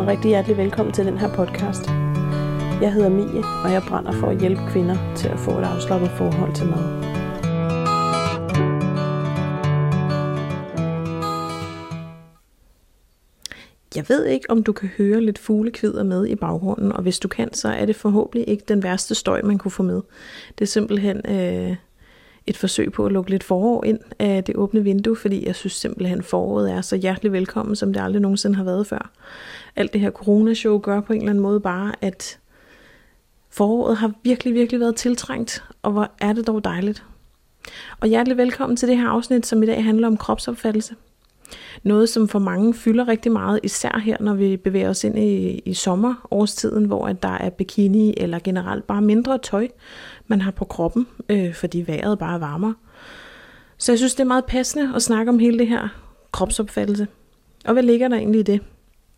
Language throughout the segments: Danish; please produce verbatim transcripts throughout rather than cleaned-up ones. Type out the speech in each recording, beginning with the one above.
og rigtig hjertelig velkommen til den her podcast. Jeg hedder Mie, og jeg brænder for at hjælpe kvinder til at få et afslappet forhold til mad. Jeg ved ikke, om du kan høre lidt fuglekvidder med i baggrunden, og hvis du kan, så er det forhåbentlig ikke den værste støj, man kunne få med. Det er simpelthen øh, et forsøg på at lukke lidt forår ind af det åbne vindue, fordi jeg synes simpelthen, foråret er så hjertelig velkommen, som det aldrig nogensinde har været før. Alt det her coronashow gør på en eller anden måde bare, at foråret har virkelig, virkelig været tiltrængt, og hvor er det dog dejligt. Og hjertelig velkommen til det her afsnit, som i dag handler om kropsopfattelse. Noget, som for mange fylder rigtig meget, især her, når vi bevæger os ind i, i sommerårstiden, hvor at der er bikini eller generelt bare mindre tøj, man har på kroppen, øh, fordi vejret bare er varmere. Så jeg synes, det er meget passende at snakke om hele det her kropsopfattelse. Og hvad ligger der egentlig i det?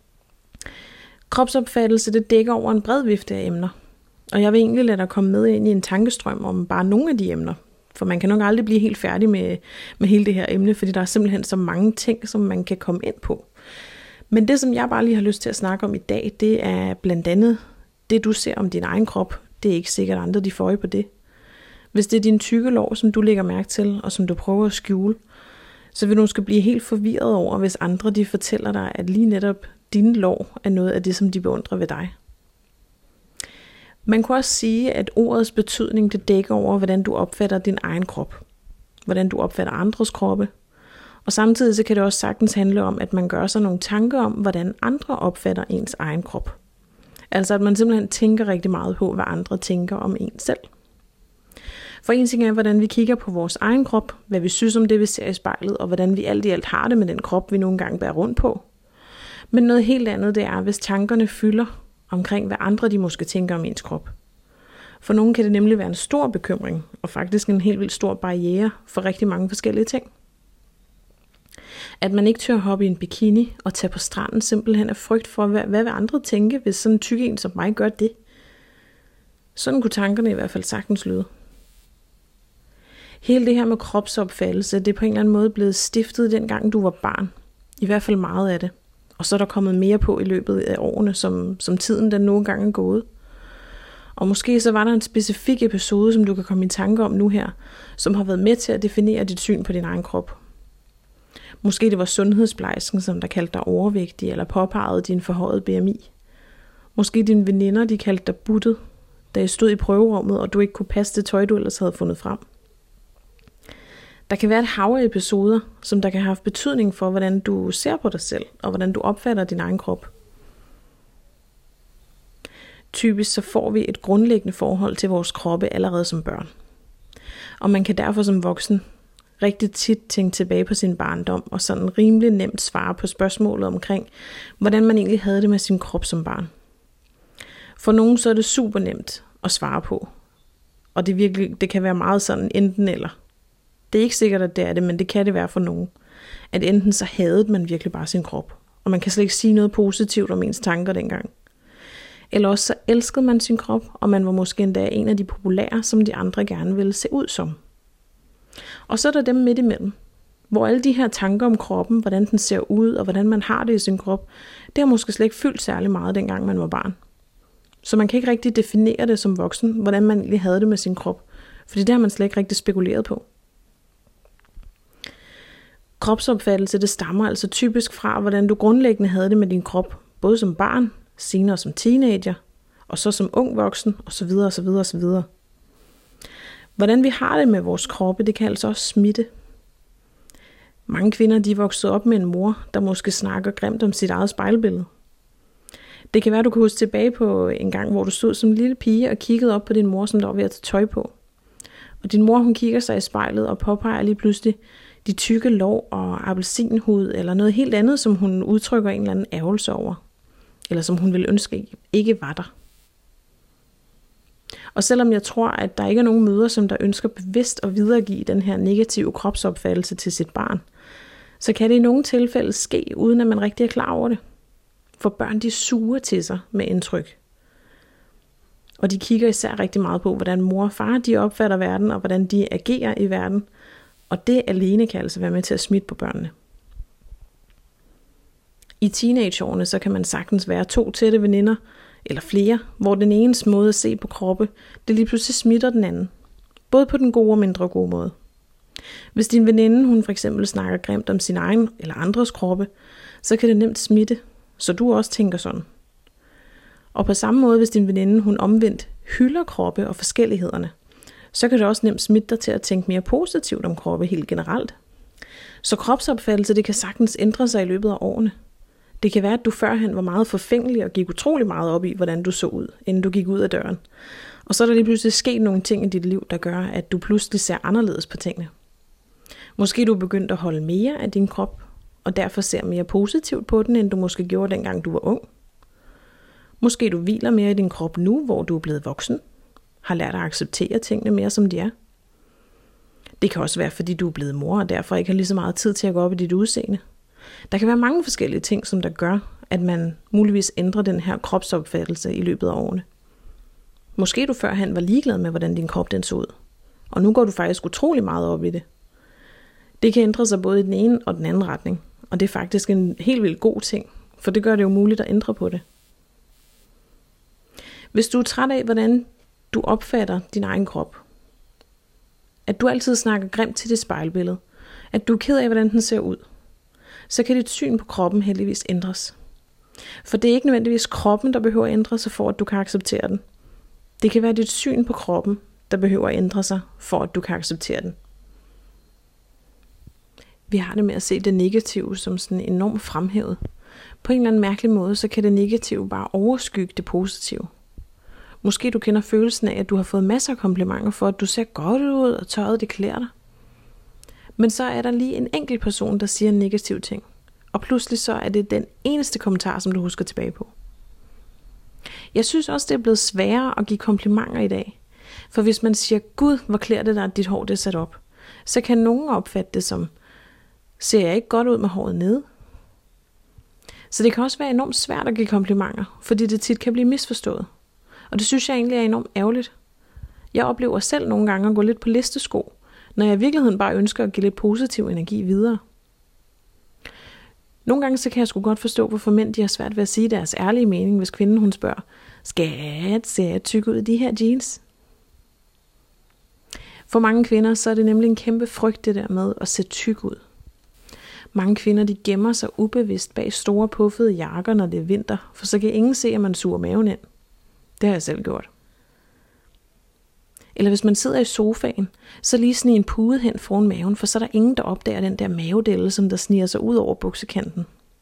Kropsopfattelse, det dækker over en bred vifte af emner. Og jeg vil egentlig lade dig komme med ind i en tankestrøm om bare nogle af de emner. For man kan nok aldrig blive helt færdig med, med hele det her emne, fordi der er simpelthen så mange ting, som man kan komme ind på. Men det, som jeg bare lige har lyst til at snakke om i dag, det er blandt andet det, du ser om din egen krop. Det er ikke sikkert andre, de får øje på det. Hvis det er din tykke lår, som du lægger mærke til, og som du prøver at skjule, så vil du måske blive helt forvirret over, hvis andre de fortæller dig, at lige netop dine lår er noget af det, som de beundrer ved dig. Man kunne også sige, at ordets betydning det dækker over, hvordan du opfatter din egen krop. Hvordan du opfatter andres kroppe. Og samtidig så kan det også sagtens handle om, at man gør sig nogle tanker om, hvordan andre opfatter ens egen krop. Altså at man simpelthen tænker rigtig meget på, hvad andre tænker om en selv. For en ting er, hvordan vi kigger på vores egen krop, hvad vi synes om det, vi ser i spejlet, og hvordan vi alt i alt har det med den krop, vi nogle gange bærer rundt på. Men noget helt andet, det er, hvis tankerne fylder omkring, hvad andre de måske tænker om ens krop. For nogen kan det nemlig være en stor bekymring, og faktisk en helt vildt stor barriere for rigtig mange forskellige ting. At man ikke tør hoppe i en bikini og tage på stranden simpelthen er frygt for, hvad, hvad vil andre tænke, hvis sådan en tyk en som mig gør det. Sådan kunne tankerne i hvert fald sagtens lyde. Hele det her med kropsopfattelse, det er på en eller anden måde blevet stiftet dengang du var barn. I hvert fald meget af det. Og så er der kommet mere på i løbet af årene, som, som tiden den nogle gange er gået. Og måske så var der en specifik episode, som du kan komme i tanke om nu her, som har været med til at definere dit syn på din egen krop. Måske det var sundhedsplejersken, som der kaldte dig overvægtig, eller påpegede din forhøjede B M I. Måske dine veninder, de kaldte dig buttet, da I stod i prøverummet, og du ikke kunne passe det tøj, du ellers havde fundet frem. Der kan være et hav af episoder, som der kan have haft betydning for, hvordan du ser på dig selv, og hvordan du opfatter din egen krop. Typisk så får vi et grundlæggende forhold til vores kroppe allerede som børn. Og man kan derfor som voksen rigtig tit tænke tilbage på sin barndom, og sådan rimelig nemt svare på spørgsmålet omkring, hvordan man egentlig havde det med sin krop som barn. For nogen så er det super nemt at svare på, og det, virkelig, det kan være meget sådan enten eller. Det er ikke sikkert, at det er det, men det kan det være for nogen. At enten så hadede man virkelig bare sin krop, og man kan slet ikke sige noget positivt om ens tanker dengang. Eller også så elskede man sin krop, og man var måske endda en af de populære, som de andre gerne ville se ud som. Og så er der dem midt imellem, hvor alle de her tanker om kroppen, hvordan den ser ud, og hvordan man har det i sin krop, det har måske slet ikke fyldt særlig meget, dengang man var barn. Så man kan ikke rigtig definere det som voksen, hvordan man egentlig havde det med sin krop, fordi det har man slet ikke rigtig spekuleret på. Kropsopfattelse, det stammer altså typisk fra, hvordan du grundlæggende havde det med din krop, både som barn, senere som teenager, og så som ung voksen, osv. osv. osv. Hvordan vi har det med vores kroppe, det kan altså også smitte. Mange kvinder, de er vokset op med en mor, der måske snakker grimt om sit eget spejlbillede. Det kan være, du kan huske tilbage på en gang, hvor du stod som lille pige og kiggede op på din mor, som der var ved at tage tøj på. Og din mor, hun kigger sig i spejlet og påpeger lige pludselig de tykke lår og appelsinhud, eller noget helt andet, som hun udtrykker en eller anden ærgelse over. Eller som hun ville ønske ikke var der. Og selvom jeg tror, at der ikke er nogen mødre, som der ønsker bevidst at videregive den her negative kropsopfattelse til sit barn, så kan det i nogle tilfælde ske, uden at man rigtig er klar over det. For børn, de suger til sig med indtryk. Og de kigger især rigtig meget på, hvordan mor og far de opfatter verden, og hvordan de agerer i verden. Og det alene kan altså være med til at smitte på børnene. I teenageårene så kan man sagtens være to tætte veninder, eller flere, hvor den enes måde at se på kroppe, det lige pludselig smitter den anden. Både på den gode og mindre gode måde. Hvis din veninde, hun for eksempel snakker grimt om sin egen eller andres kroppe, så kan det nemt smitte, så du også tænker sådan. Og på samme måde, hvis din veninde, hun omvendt hylder kroppe og forskellighederne, så kan det også nemt smitte dig til at tænke mere positivt om kroppe helt generelt. Så kropsopfattelse, det kan sagtens ændre sig i løbet af årene. Det kan være, at du førhen var meget forfængelig og gik utrolig meget op i, hvordan du så ud, inden du gik ud af døren. Og så er der lige pludselig sket nogle ting i dit liv, der gør, at du pludselig ser anderledes på tingene. Måske du er begyndt at holde mere af din krop, og derfor ser mere positivt på den, end du måske gjorde, dengang du var ung. Måske du hviler mere i din krop nu, hvor du er blevet voksen, har lært at acceptere tingene mere, som de er. Det kan også være, fordi du er blevet mor, og derfor ikke har lige så meget tid til at gå op i dit udseende. Der kan være mange forskellige ting, som der gør, at man muligvis ændrer den her kropsopfattelse i løbet af årene. Måske du førhen var ligeglad med, hvordan din krop den så ud, og nu går du faktisk utrolig meget op i det. Det kan ændre sig både i den ene og den anden retning, og det er faktisk en helt vildt god ting, for det gør det jo muligt at ændre på det. Hvis du er træt af, hvordan du opfatter din egen krop, at du altid snakker grimt til dit spejlbillede, at du er ked af, hvordan den ser ud, så kan dit syn på kroppen heldigvis ændres. For det er ikke nødvendigvis kroppen, der behøver at ændre sig, for at du kan acceptere den. Det kan være dit syn på kroppen, der behøver at ændre sig, for at du kan acceptere den. Vi har det med at se det negative som sådan enormt fremhævet. På en eller anden mærkelig måde, så kan det negative bare overskygge det positive. Måske du kender følelsen af, at du har fået masser af komplimenter for, at du ser godt ud, og tøjet det klæder dig. Men så er der lige en enkelt person, der siger en negativ ting. Og pludselig så er det den eneste kommentar, som du husker tilbage på. Jeg synes også, det er blevet sværere at give komplimenter i dag. For hvis man siger, Gud, hvor klæder det dig, at dit hår det er sat op, så kan nogen opfatte det som, ser jeg ikke godt ud med håret nede? Så det kan også være enormt svært at give komplimenter, fordi det tit kan blive misforstået. Og det synes jeg egentlig er enormt ærgerligt. Jeg oplever selv nogle gange at gå lidt på listesko, når jeg i virkeligheden bare ønsker at give lidt positiv energi videre. Nogle gange så kan jeg sgu godt forstå, hvorfor mænd de har svært ved at sige deres ærlige mening, hvis kvinden hun spørger, skat, ser jeg tyk ud i de her jeans? For mange kvinder så er det nemlig en kæmpe frygt det der med at se tyk ud. Mange kvinder de gemmer sig ubevidst bag store puffede jakker, når det er vinter, for så kan ingen se, at man suger maven ind. Det har jeg selv gjort. Eller hvis man sidder i sofaen, så lige snige en pude hen foran maven, for så er der ingen, der opdager den der mavedelle, som der sniger sig ud over buksekanten.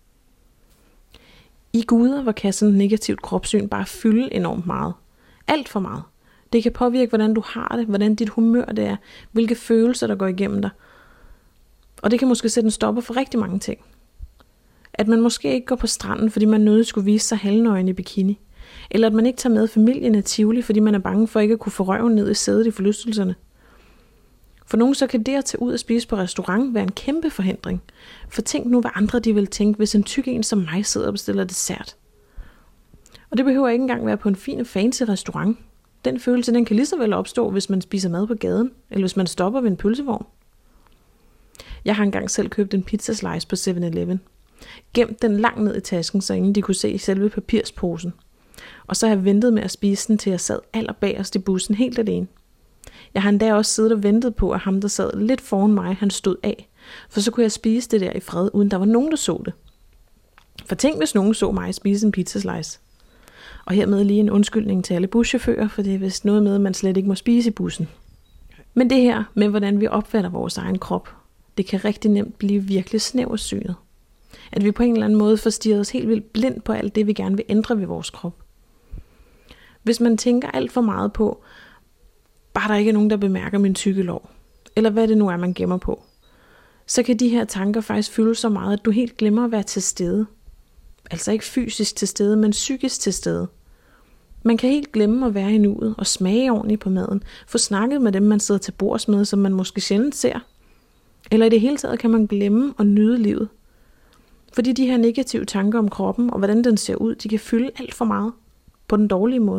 I guder, hvor kan sådan et negativt kropssyn bare fylde enormt meget. Alt for meget. Det kan påvirke, hvordan du har det, hvordan dit humør det er, hvilke følelser, der går igennem dig. Og det kan måske sætte en stopper for rigtig mange ting. At man måske ikke går på stranden, fordi man nødigt skulle vise sig halvnøgen i bikini. Eller at man ikke tager med familien i Tivoli, fordi man er bange for ikke at kunne få røven ned i sædet i forlystelserne. For nogen så kan det at tage ud og spise på restaurant være en kæmpe forhindring. For tænk nu, hvad andre de vil tænke, hvis en tyk en som mig sidder og bestiller dessert. Og det behøver ikke engang være på en fin og fancy restaurant. Den følelse, den kan lige så vel opstå, hvis man spiser mad på gaden, eller hvis man stopper ved en pølsevogn. Jeg har engang selv købt en pizzaslice på seven eleven. Gemt den langt ned i tasken, så ingen de kunne se selve papirsposen. Og så har jeg ventet med at spise den, til jeg sad allerbagerst i bussen helt alene. Jeg har endda også siddet og ventet på, at ham, der sad lidt foran mig, han stod af. For så kunne jeg spise det der i fred, uden der var nogen, der så det. For tænk, hvis nogen så mig spise en pizzaslice. Og hermed lige en undskyldning til alle buschauffører, for det er vist noget med, at man slet ikke må spise i bussen. Men det her med, hvordan vi opfatter vores egen krop, det kan rigtig nemt blive virkelig snæversynet. At vi på en eller anden måde får stirret os helt vildt blind på alt det, vi gerne vil ændre ved vores krop. Hvis man tænker alt for meget på, bare der ikke er nogen, der bemærker min tykke lår, eller hvad det nu er, man gemmer på, så kan de her tanker faktisk fylde så meget, at du helt glemmer at være til stede. Altså ikke fysisk til stede, men psykisk til stede. Man kan helt glemme at være i nuet og smage ordentligt på maden, få snakket med dem, man sidder til bords med, som man måske sjældent ser. Eller i det hele taget kan man glemme at nyde livet. Fordi de her negative tanker om kroppen og hvordan den ser ud, de kan fylde alt for meget på den dårlige måde.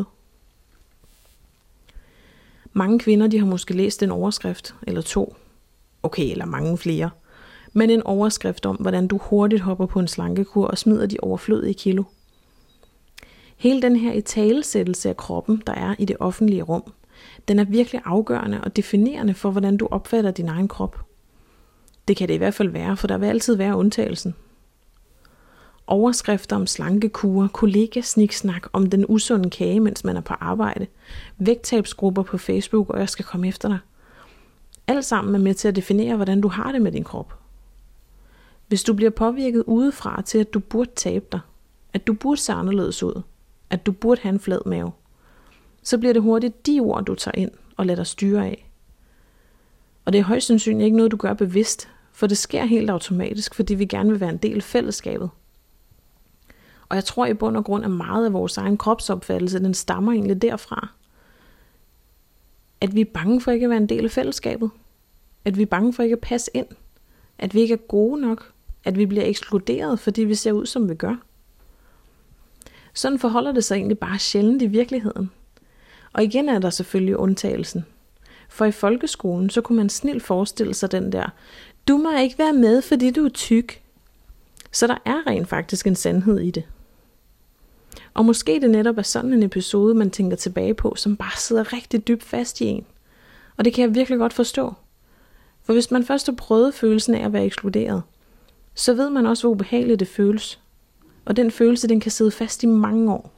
Mange kvinder de har måske læst en overskrift eller to. Okay, eller mange flere. men en overskrift om, hvordan du hurtigt hopper på en slankekur og smider de overflødige kilo. Hele den her italesættelse af kroppen, der er i det offentlige rum, den er virkelig afgørende og definerende for, hvordan du opfatter din egen krop. Det kan det i hvert fald være, for der vil altid være undtagelsen. Overskrifter om slankekurer, kollega-sniksnak om den usunde kage, mens man er på arbejde, vægttabsgrupper på Facebook, og jeg skal komme efter dig. Alt sammen er med til at definere, hvordan du har det med din krop. Hvis du bliver påvirket udefra til, at du burde tabe dig, at du burde se anderledes ud, at du burde have en flad mave, så bliver det hurtigt de ord, du tager ind og lader dig styre af. Og det er højst sandsynligt ikke noget, du gør bevidst, for det sker helt automatisk, fordi vi gerne vil være en del af fællesskabet. Og jeg tror i bund og grund, at meget af vores egen kropsopfattelse, den stammer egentlig derfra. At vi er bange for ikke at være en del af fællesskabet. At vi er bange for ikke at passe ind. At vi ikke er gode nok. At vi bliver ekskluderet, fordi vi ser ud, som vi gør. Sådan forholder det sig egentlig bare sjældent i virkeligheden. Og igen er der selvfølgelig undtagelsen. For i folkeskolen, så kunne man snilt forestille sig den der, du må ikke være med, fordi du er tyk. Så der er rent faktisk en sandhed i det. Og måske det netop er sådan en episode, man tænker tilbage på, som bare sidder rigtig dybt fast i en. Og det kan jeg virkelig godt forstå. For hvis man først har prøvet følelsen af at være ekskluderet, så ved man også, hvor ubehageligt det føles. Og den følelse, den kan sidde fast i mange år.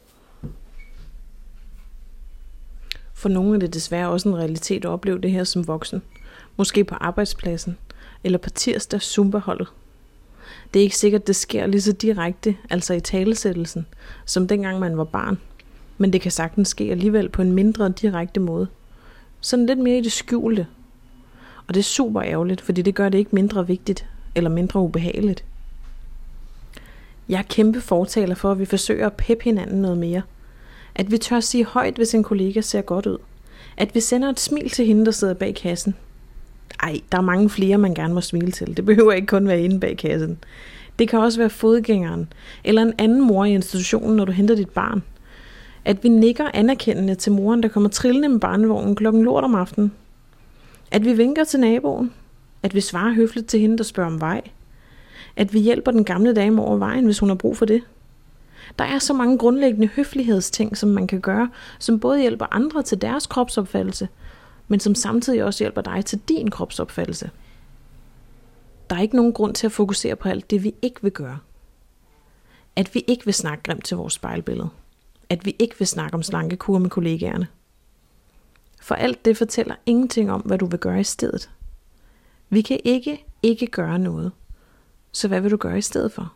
For nogle er det desværre også en realitet at opleve det her som voksen. Måske på arbejdspladsen, eller på tirsdags Zumba-holdet. Det er ikke sikkert, det sker lige så direkte, altså i talesættelsen, som dengang man var barn. Men det kan sagtens ske alligevel på en mindre direkte måde. Sådan lidt mere i det skjulte. Og det er super ærgerligt, fordi det gør det ikke mindre vigtigt, eller mindre ubehageligt. Jeg er kæmpe fortaler for, at vi forsøger at peppe hinanden noget mere. At vi tør sige højt, hvis en kollega ser godt ud. At vi sender et smil til hende, der sidder bag kassen. Ej, der er mange flere, man gerne må smile til. Det behøver ikke kun være inde bag kassen. Det kan også være fodgængeren, eller en anden mor i institutionen, når du henter dit barn. At vi nikker anerkendende til moren, der kommer trillende med barnevognen klokken lort om aftenen. At vi vinker til naboen. At vi svarer høfligt til hende, der spørger om vej. At vi hjælper den gamle dame over vejen, hvis hun har brug for det. Der er så mange grundlæggende høflighedsting, som man kan gøre, som både hjælper andre til deres kropsopfattelse, men som samtidig også hjælper dig til din kropsopfattelse. Der er ikke nogen grund til at fokusere på alt det, vi ikke vil gøre. At vi ikke vil snakke grimt til vores spejlbillede. At vi ikke vil snakke om slankekur med kollegaerne. For alt det fortæller ingenting om, hvad du vil gøre i stedet. Vi kan ikke ikke gøre noget. Så hvad vil du gøre i stedet for?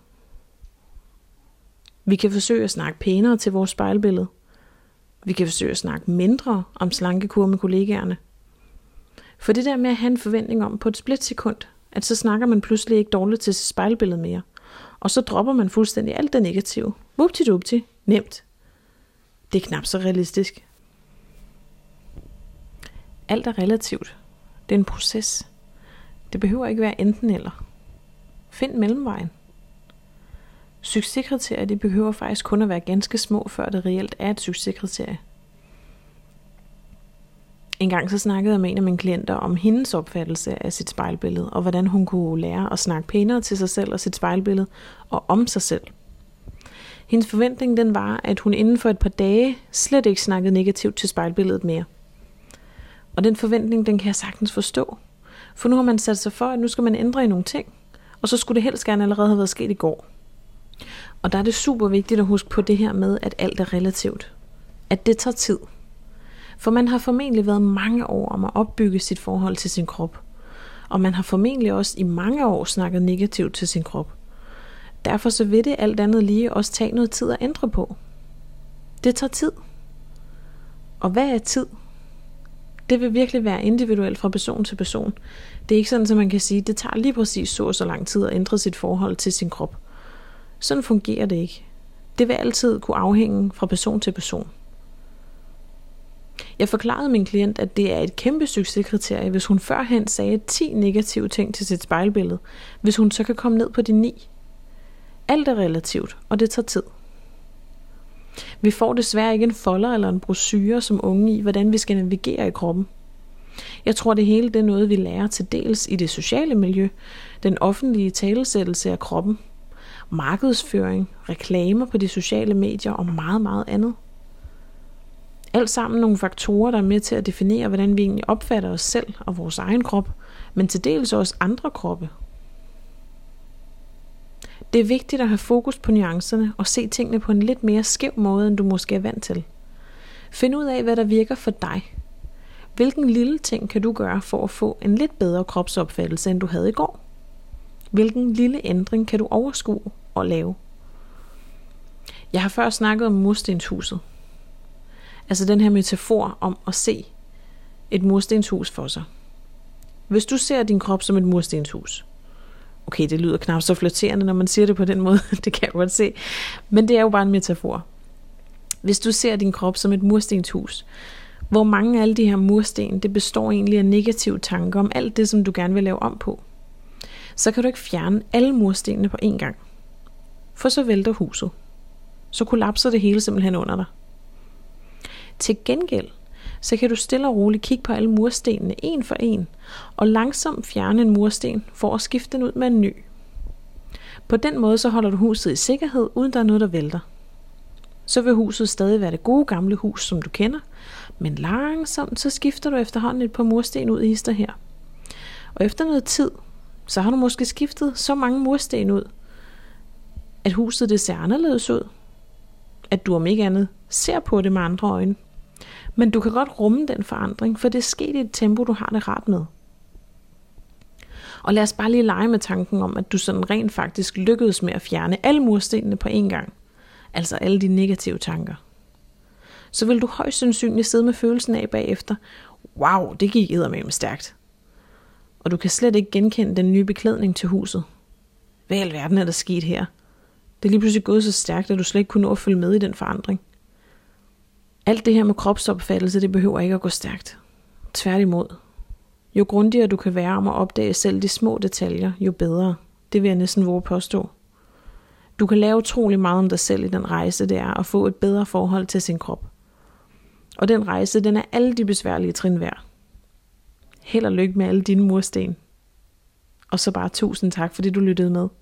Vi kan forsøge at snakke pænere til vores spejlbillede. Vi kan forsøge at snakke mindre om slankekur med kollegaerne. For det der med at have en forventning om på et splitsekund, at så snakker man pludselig ikke dårligt til sit spejlbillede mere. Og så dropper man fuldstændig alt det negative. Vupti-dupti, nemt. Det er knap så realistisk. Alt er relativt. Det er en proces. Det behøver ikke være enten eller. Find mellemvejen. Succeskriterier, de behøver faktisk kun at være ganske små, før det reelt er et succeskriterie. En gang så snakkede jeg med en af mine klienter om hendes opfattelse af sit spejlbillede, og hvordan hun kunne lære at snakke pænere til sig selv og sit spejlbillede, og om sig selv. Hendes forventning den var, at hun inden for et par dage slet ikke snakkede negativt til spejlbilledet mere. Og den forventning, den kan jeg sagtens forstå. For nu har man sat sig for, at nu skal man ændre i nogle ting, og så skulle det helst gerne allerede have været sket i går. Og der er det super vigtigt at huske på det her med, at alt er relativt. At det tager tid. For man har formentlig været mange år om at opbygge sit forhold til sin krop. Og man har formentlig også i mange år snakket negativt til sin krop. Derfor så vil det alt andet lige også tage noget tid at ændre på. Det tager tid. Og hvad er tid? Det vil virkelig være individuelt fra person til person. Det er ikke sådan, at man kan sige, at det tager lige præcis så og så lang tid at ændre sit forhold til sin krop. Sådan fungerer det ikke. Det vil altid kunne afhænge fra person til person. Jeg forklarede min klient, at det er et kæmpe succeskriterie, hvis hun førhen sagde ti negative ting til sit spejlbillede, hvis hun så kan komme ned på de ni. Alt er relativt, og det tager tid. Vi får desværre ikke en folder eller en brochure som unge i, hvordan vi skal navigere i kroppen. Jeg tror, det hele det er noget, vi lærer til dels i det sociale miljø, den offentlige talesættelse af kroppen, markedsføring, reklamer på de sociale medier og meget, meget andet. Alt sammen nogle faktorer, der er med til at definere, hvordan vi egentlig opfatter os selv og vores egen krop, men til dels også andre kroppe. Det er vigtigt at have fokus på nuancerne og se tingene på en lidt mere skæv måde, end du måske er vant til. Find ud af, hvad der virker for dig. Hvilken lille ting kan du gøre for at få en lidt bedre kropsopfattelse, end du havde i går? Hvilken lille ændring kan du overskue og lave? Jeg har før snakket om murstenshuset. Altså den her metafor om at se et murstenshus for sig. Hvis du ser din krop som et murstenshus. Okay, det lyder knap så flatterende, når man siger det på den måde. Det kan jeg godt se. Men det er jo bare en metafor. Hvis du ser din krop som et murstenshus, hvor mange af alle de her mursten, det består egentlig af negative tanker om alt det, som du gerne vil lave om på, så kan du ikke fjerne alle murstenene på én gang. For så vælter huset. Så kollapser det hele simpelthen under dig. Til gengæld, så kan du stille og roligt kigge på alle murstenene en for en, og langsomt fjerne en mursten for at skifte den ud med en ny. På den måde så holder du huset i sikkerhed, uden der er noget, der vælter. Så vil huset stadig være det gode gamle hus, som du kender, men langsomt så skifter du efterhånden et par mursten ud i hister her. Og efter noget tid, så har du måske skiftet så mange mursten ud, at huset det ser anderledes ud. At du om ikke andet ser på det med andre øjne. Men du kan godt rumme den forandring, for det er sket i et tempo, du har det rart med. Og lad os bare lige lege med tanken om, at du sådan rent faktisk lykkedes med at fjerne alle murstenene på én gang. Altså alle de negative tanker. Så vil du højst sandsynligt sidde med følelsen af bagefter, wow, det gik eddermame stærkt. Og du kan slet ikke genkende den nye beklædning til huset. Hvad i alverden er der sket her? Det er lige pludselig gået så stærkt, at du slet ikke kunne nå at følge med i den forandring. Alt det her med kropsopfattelse, det behøver ikke at gå stærkt. Tværtimod. Jo grundigere du kan være om at opdage selv de små detaljer, jo bedre. Det vil jeg næsten våge påstå. Du kan lave utrolig meget om dig selv i den rejse, det er at få et bedre forhold til sin krop. Og den rejse, den er alle de besværlige trin værd. Held og lykke med alle dine mursten. Og så bare tusind tak, fordi du lyttede med.